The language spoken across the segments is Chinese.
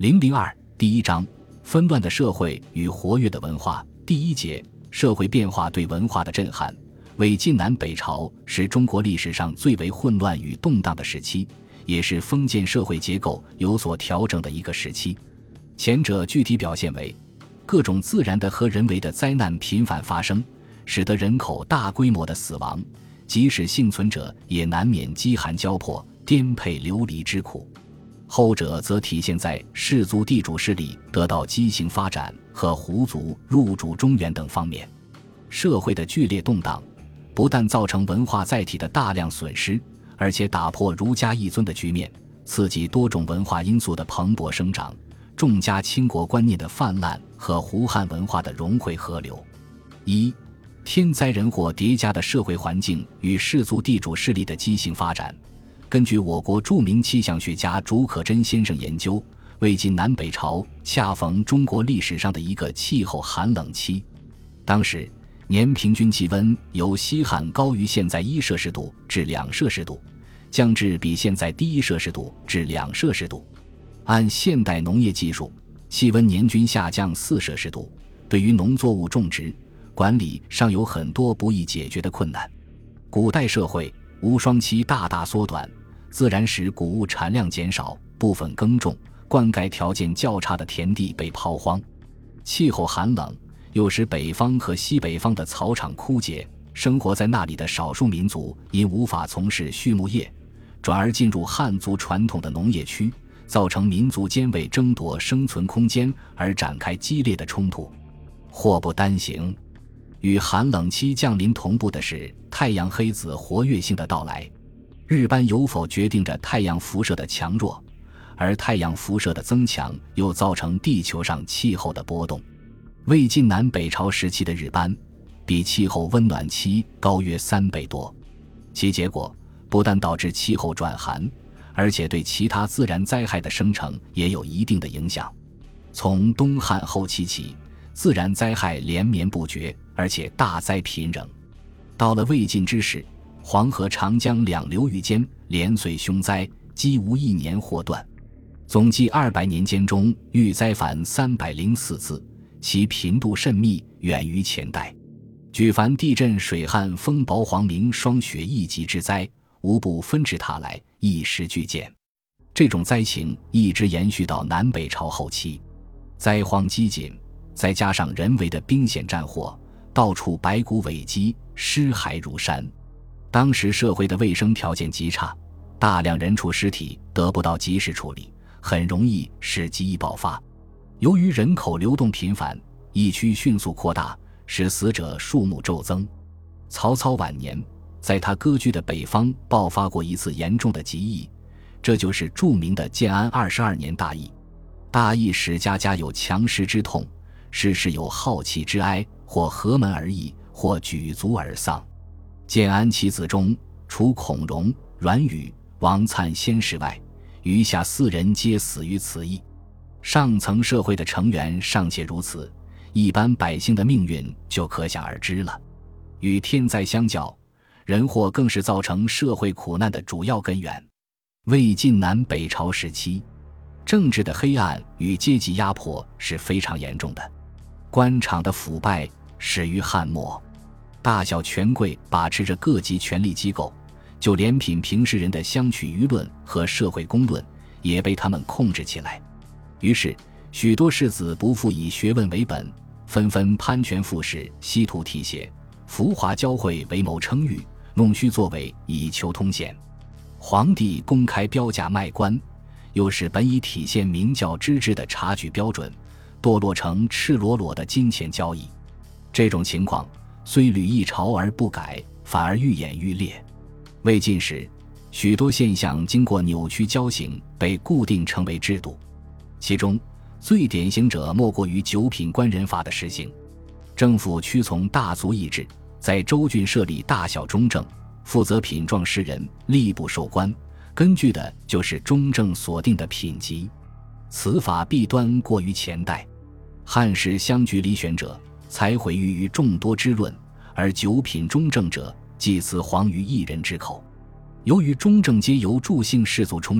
002第1章纷乱的社会与活跃的文化。第1节社会变化对文化的震撼。魏晋南北朝是中国历史上最为混乱与动荡的时期，也是封建社会结构有所调整的一个时期。前者具体表现为各种自然的和人为的灾难频繁发生，使得人口大规模的死亡，即使幸存者也难免饥寒交迫、颠沛流离之苦。后者则体现在氏族地主势力得到畸形发展和胡族入主中原等方面。社会的剧烈动荡不但造成文化载体的大量损失，而且打破儒家一尊的局面，刺激多种文化因素的蓬勃生长，重加倾国观念的泛滥和胡汉文化的融汇合流。1. 天灾人祸叠加的社会环境与氏族地主势力的畸形发展。根据我国著名气象学家竺可桢先生研究，魏晋南北朝恰逢中国历史上的一个气候寒冷期。当时年平均气温由西汉高于现在1摄氏度至2摄氏度，降至比现在低1摄氏度至2摄氏度。按现代农业技术，气温年均下降4摄氏度，对于农作物种植管理尚有很多不易解决的困难。古代社会无霜期大大缩短，自然使谷物产量减少，部分耕种、灌溉条件较差的田地被抛荒。气候寒冷又使北方和西北方的草场枯竭，生活在那里的少数民族因无法从事畜牧业，转而进入汉族传统的农业区，造成民族间为争夺生存空间而展开激烈的冲突。祸不单行，与寒冷期降临同步的是太阳黑子活跃性的到来。日斑有否决定着太阳辐射的强弱，而太阳辐射的增强又造成地球上气候的波动。魏晋南北朝时期的日斑比气候温暖期高约3倍多，其结果不但导致气候转寒，而且对其他自然灾害的生成也有一定的影响。从东汉后期起，自然灾害连绵不绝，而且大灾频仍。到了魏晋之时，黄河长江2流域间连岁凶灾，几无一年或断。总计200年间中遇灾凡304次，其频度甚密，远于前代。举凡地震、水旱、风雹、黄明、霜雪一级之灾，无不纷至沓来，一时俱见。这种灾情一直延续到南北朝后期，灾荒激进，再加上人为的兵险战祸，到处白骨尾积，尸骸如山。当时社会的卫生条件极差，大量人畜尸体得不到及时处理，很容易使疾疫爆发。由于人口流动频繁，疫区迅速扩大，使死者数目骤增。曹操晚年在他割据的北方爆发过一次严重的疾疫，这就是著名的建安22年大疫。大疫使家家有强尸之痛，世世有好气之哀，或合门而缢，或举族而丧。建安其子中，除孔融、阮宇、王粲先逝外，余下4人皆死于此疫。上层社会的成员尚且如此，一般百姓的命运就可想而知了。与天灾相较，人祸更是造成社会苦难的主要根源。魏晋南北朝时期，政治的黑暗与阶级压迫是非常严重的。官场的腐败始于汉末，大小权贵把持着各级权力机构，就连品评世人的相取舆论和社会公论也被他们控制起来。于是许多士子不复以学问为本，纷纷攀权附势，稀图提携，浮华交汇为谋称誉，弄虚作伪以求通显。皇帝公开标价卖官，又使本已体现明教之治的察举标准堕落成赤裸裸的金钱交易。这种情况虽屡一朝而不改，反而愈演愈烈。魏晋时，许多现象经过扭曲交形，被固定成为制度。其中最典型者莫过于九品官人法的实行。政府屈从大族意志，在州郡设立大小中正，负责品状识人，吏部授官，根据的就是中正所定的品级。此法弊端过于前代。汉时乡局里选者，才毁誉于众多之论，而九品中正者，祭祀黄于一人之口。由于中正皆由诸姓氏族充任，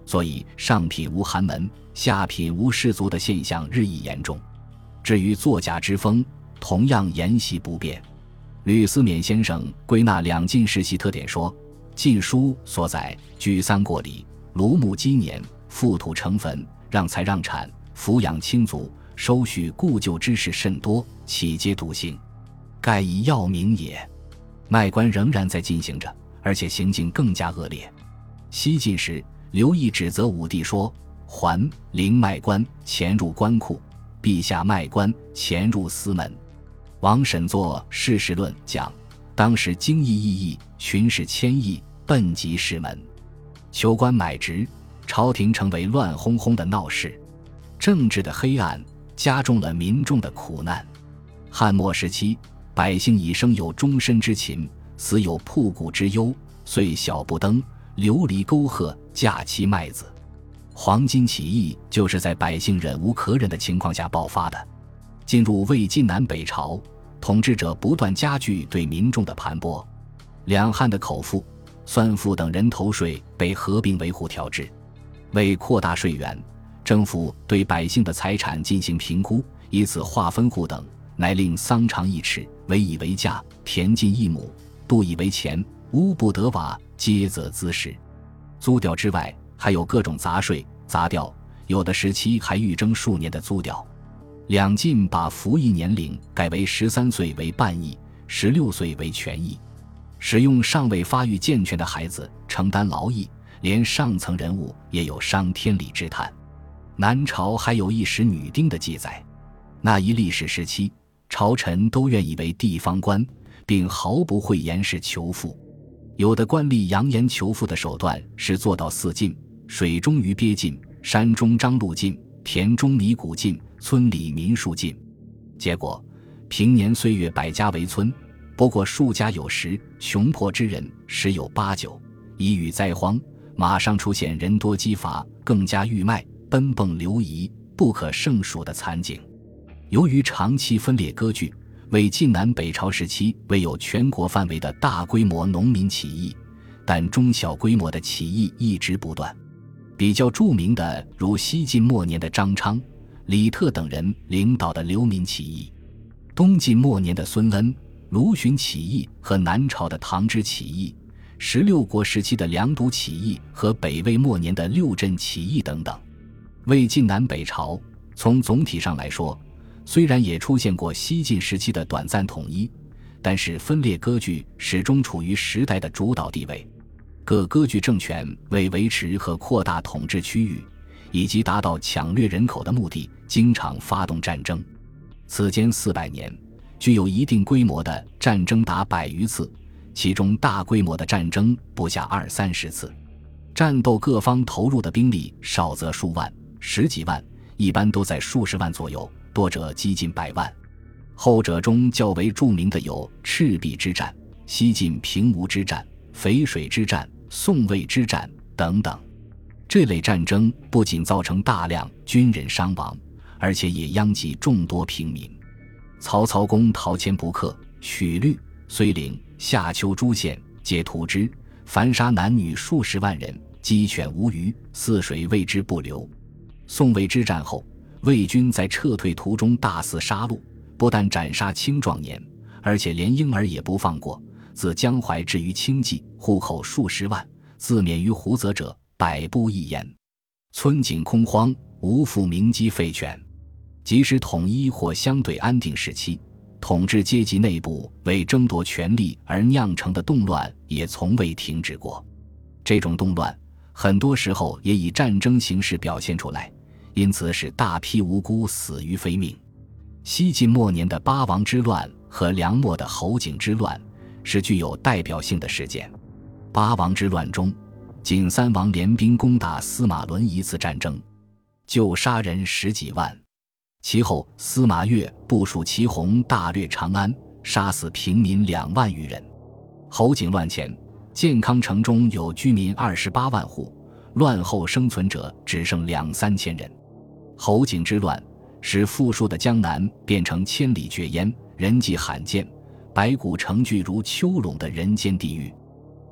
所以上品无寒门，下品无士族的现象日益严重。至于作家之风，同样沿袭不变。吕思勉先生归纳两晋时期特点说，晋书所载据三过里，庐墓积年，覆土成坟，让财让产，抚养亲族，收续故旧之事甚多，岂皆笃行，盖以要名也。卖官仍然在进行着，而且行径更加恶劣。西晋时，刘毅指责武帝说，桓灵卖官，潜入官库，陛下卖官，潜入私门。王审作《世事论》讲，当时经义异议，群士千亿，奔及士门，求官买职，朝廷成为乱哄哄的闹市。政治的黑暗加重了民众的苦难。汉末时期，百姓已生有终身之勤，死有曝骨之忧，岁小不登，流离沟壑，驾期麦子。黄巾起义就是在百姓忍无可忍的情况下爆发的。进入魏晋南北朝，统治者不断加剧对民众的盘剥，两汉的口赋、算赋等人头税被合并为户条制。为扩大税源，政府对百姓的财产进行评估，以此划分户等，乃令桑长1尺，围以为价，田近1亩，度以为钱，屋不得瓦，皆则资实。租调之外，还有各种杂税、杂调，有的时期还预征数年的租调。两晋把服役年龄改为13岁为半役，16岁为全役，使用尚未发育健全的孩子承担劳役，连上层人物也有伤天理之叹。南朝还有一时女丁的记载，那一历史时期，朝臣都愿意为地方官，并毫不讳言是囚妇。有的官吏扬言囚妇的手段是做到4禁：水中鱼鳖禁，山中獐鹿禁，田中米谷禁，村里民庶禁。结果平年岁月100家为村，不过数家有时，穷迫之人十有8九。一遇灾荒，马上出现人多饥乏，更加郁脉，奔蹦流移，不可胜数的惨景。由于长期分裂割据，为晋南北朝时期未有全国范围的大规模农民起义，但中小规模的起义一直不断。比较著名的如西晋末年的张昌、李特等人领导的流民起义，东晋末年的孙恩、卢循起义和南朝的唐之起义，16国时期的梁笃起义和北魏末年的六镇起义等等。魏晋南北朝从总体上来说，虽然也出现过西晋时期的短暂统一，但是分裂割据始终处于时代的主导地位。各割据政权为维持和扩大统治区域，以及达到抢掠人口的目的，经常发动战争。此间400年，具有一定规模的战争达100余次，其中大规模的战争不下20-30次。战斗各方投入的兵力少则数万、10几万，一般都在数十万左右，多者几近100万。后者中较为著名的有赤壁之战、西晋平吴之战、淝水之战、宋魏之战等等。这类战争不仅造成大量军人伤亡，而且也殃及众多平民。曹操攻陶谦不克，许律、睢陵、夏丘诸县皆屠之，凡杀男女数十万人，鸡犬无余，泗水为之不流。宋魏之战后，魏军在撤退途中大肆杀戮，不但斩杀青壮年，而且连婴儿也不放过，自江淮至于清冀，户口数十万，自免于胡泽者百不一言。村井空荒，无复鸣鸡吠犬。即使统一或相对安定时期，统治阶级内部为争夺权力而酿成的动乱也从未停止过。这种动乱很多时候也以战争形式表现出来，因此使大批无辜死于非命。西晋末年的八王之乱和梁末的侯景之乱是具有代表性的事件。八王之乱中，仅3王联兵攻打司马伦一次战争，就杀人10几万。其后司马越部署祁洪大掠长安，杀死平民2万余人。侯景乱前，建康城中有居民28万户，乱后生存者只剩2-3千人。侯景之乱使富庶的江南变成千里绝烟，人迹罕见，百谷成聚如丘垄的人间地狱。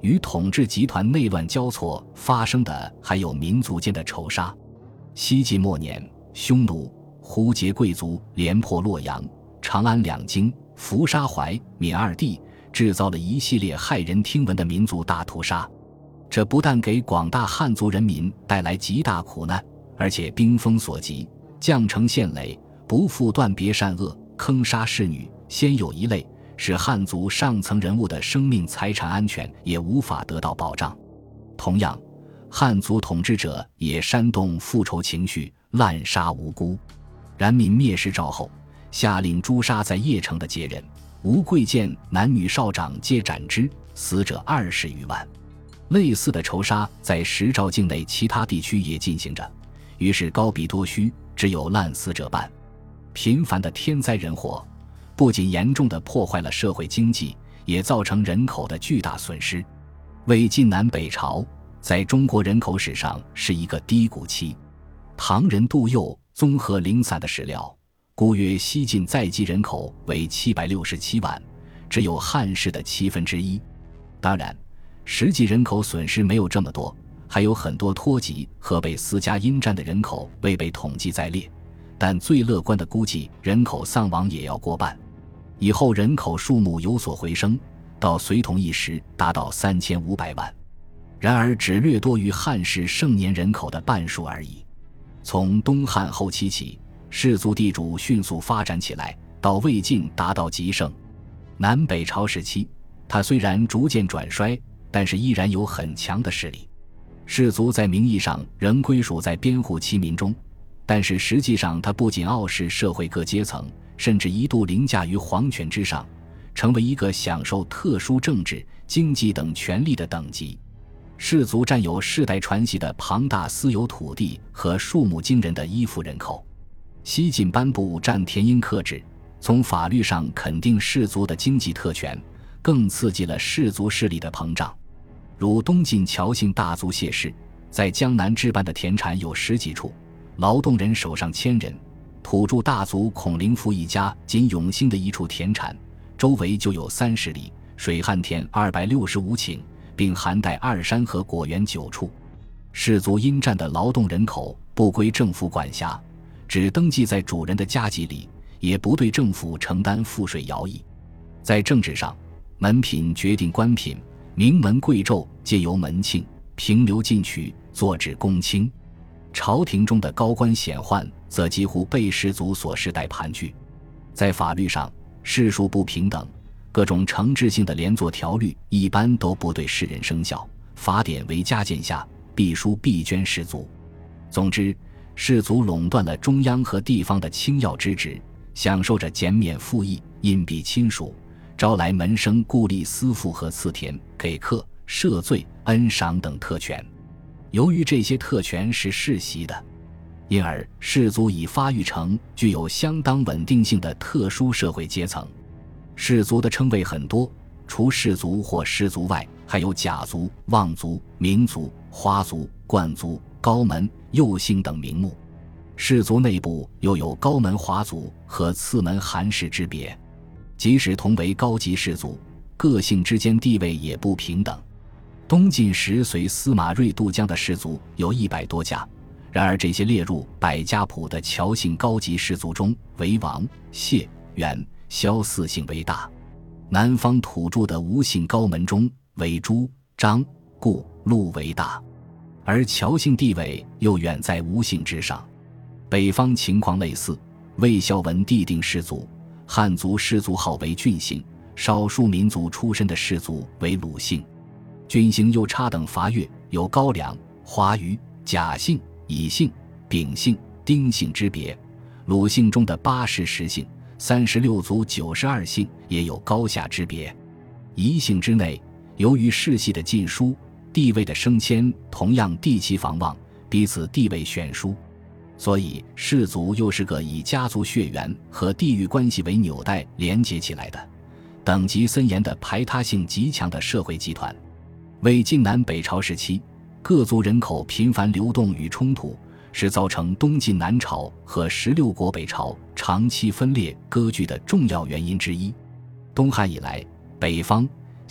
与统治集团内乱交错发生的还有民族间的仇杀。西晋末年，匈奴、胡羯贵族连破洛阳、长安两京，伏杀淮、闽二地，制造了一系列骇人听闻的民族大屠杀。这不但给广大汉族人民带来极大苦难，而且兵锋所及，将城陷垒，不复断别善恶，坑杀士女，先有一类，使汉族上层人物的生命财产安全也无法得到保障。同样，汉族统治者也煽动复仇情绪，滥杀无辜。冉闵灭世诏后，下令诛杀在邺城的羯人，无贵贱男女少长皆斩之，死者20余万。类似的仇杀在时诏境内其他地区也进行着，于是高比多虚，只有滥死者半。频繁的天灾人祸不仅严重地破坏了社会经济，也造成人口的巨大损失。魏晋南北朝在中国人口史上是一个低谷期。唐人杜佑综合零散的史料，估约西晋在籍人口为767万，只有汉室的1/7。当然，实际人口损失没有这么多，还有很多脱籍和被私家阴占的人口未被统计在列，但最乐观的估计，人口丧亡也要过半。以后人口数目有所回升，到隋统一时达到3500万，然而只略多于汉室盛年人口的半数而已。从东汉后期起，氏族地主迅速发展起来，到魏晋达到极盛。南北朝时期，它虽然逐渐转衰，但是依然有很强的势力。氏族在名义上仍归属在编户齐民中，但是实际上它不仅傲视社会各阶层，甚至一度凌驾于皇权之上，成为一个享受特殊政治、经济等权利的等级。氏族占有世代传袭的庞大私有土地和数目惊人的依附人口。西晋颁布占田阴克制，从法律上肯定氏族的经济特权，更刺激了氏族势力的膨胀。如东晋乔姓大族谢氏，在江南置办的田产有10几处，劳动人手上1000人。土著大族孔灵符一家仅永兴的一处田产，周围就有30里，水旱田265顷，并含带2山和果园9处。氏族因占的劳动人口不归政府管辖，只登记在主人的家籍里，也不对政府承担赋税徭役。在政治上，门品决定官品，名门贵胄皆由门庆、平流进取，坐至公卿。朝廷中的高官显宦则几乎被氏族所世代盘踞。在法律上，世庶不平等，各种惩治性的连坐条律一般都不对世人生效，法典为加鉴下，必书必捐士族。总之，士族垄断了中央和地方的轻要之职，享受着减免赋役、荫庇亲属、招来门生故吏私赋和赐田、给客、赦罪、恩赏等特权。由于这些特权是世袭的，因而氏族已发育成具有相当稳定性的特殊社会阶层。氏族的称谓很多，除氏族或氏族外，还有甲族、望族、明族、花族、冠族、高门、右姓等名目。氏族内部又有高门华族和次门韩氏之别。即使同为高级氏族，各姓之间地位也不平等。东晋时随司马睿渡江的氏族有100多家，然而这些列入百家谱的乔姓高级氏族中，为王、谢、元、萧4姓为大。南方土著的吴姓高门中，为朱、张、顾、陆为大，而乔姓地位又远在吴姓之上。北方情况类似，魏孝文地定氏族，汉族氏族号为郡姓，少数民族出身的氏族为鲁姓。郡姓又差等伐越，有高梁、华余、贾姓、乙姓、丙姓、丁姓之别。鲁姓中的8氏10姓、36族92姓也有高下之别。夷姓之内，由于世系的尽疏，地位的升迁同样地其防望，彼此地位悬殊，所以氏族又是个以家族血缘和地域关系为纽带连结起来的，等级森严的排他性极强的社会集团。魏晋南北朝时期，各族人口频繁流动与冲突，是造成东晋南朝和16国北朝长期分裂割据的重要原因之一。东汉以来，北方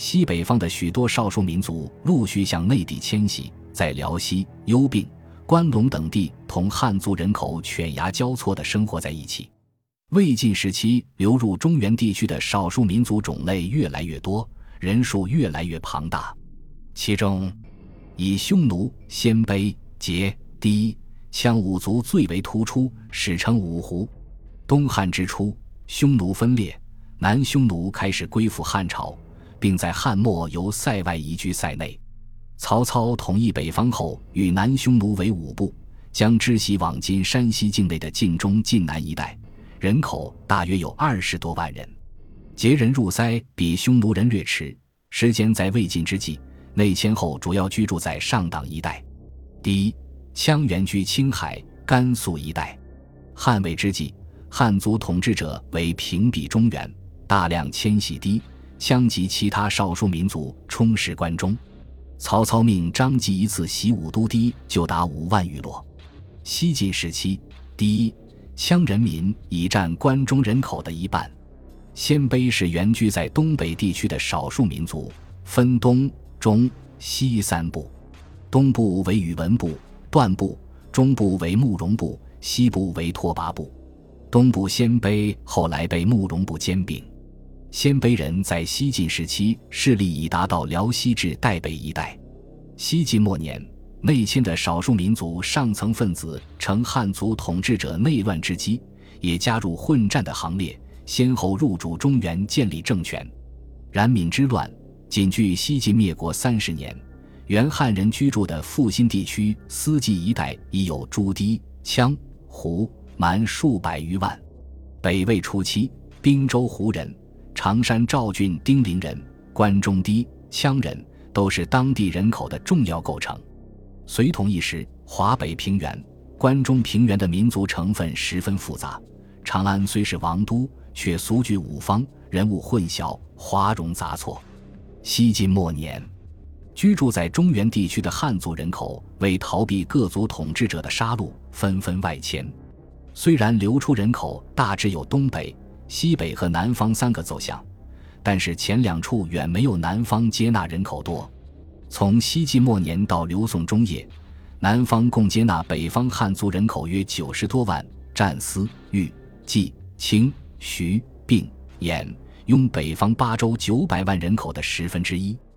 西北方的许多少数民族陆续向内地迁徙，在辽西、幽并、关陇等地同汉族人口犬牙交错地生活在一起。魏晋时期流入中原地区的少数民族种类越来越多，人数越来越庞大，其中以匈奴、鲜卑、羯、氐、羌五族最为突出，史称五胡。东汉之初，匈奴分裂，南匈奴开始归附汉朝，并在汉末由塞外移居塞内。曹操统一北方后，与南匈奴为五部，将支徙往今山西境内的晋中、晋南一带，人口大约有20多万人。羯人入塞比匈奴人略迟，时间在魏晋之际，内迁后主要居住在上党一带。氐、羌原居青海、甘肃一带。汉魏之际，汉族统治者为平彼中原，大量迁徙氐、羌及其他少数民族充实关中。曹操命张继一次袭武都氐就达5万余落。西晋时期，氐、羌人民已占关中人口的一半。鲜卑是原居在东北地区的少数民族，分东、中、西3部。东部为宇文部、段部，中部为慕容部，西部为拓跋部。东部鲜卑后来被慕容部兼并。鲜卑人在西晋时期势力已达到辽西至代北一带。西晋末年，内迁的少数民族上层分子乘汉族统治者内乱之机，也加入混战的行列，先后入主中原建立政权。冉闵之乱仅距西晋灭国30年，原汉人居住的阜新地区司纪一带已有诸氐、羌、胡、蛮数百余万。北魏初期，滨州胡人、常山赵郡丁陵人、关中氐、羌人都是当地人口的重要构成。隋同一时，华北平原、关中平原的民族成分十分复杂。长安虽是王都，却俗居五方，人物混淆，花容杂错。西晋末年，居住在中原地区的汉族人口为逃避各族统治者的杀戮，纷纷外迁。虽然流出人口大致有东北、西北和南方3个走向，但是前2处远没有南方接纳人口多。从西晋末年到刘宋中叶，南方共接纳北方汉族人口约90多万，占司、豫、冀、青、徐、并、兖、雍北方8州900万人口的1/10。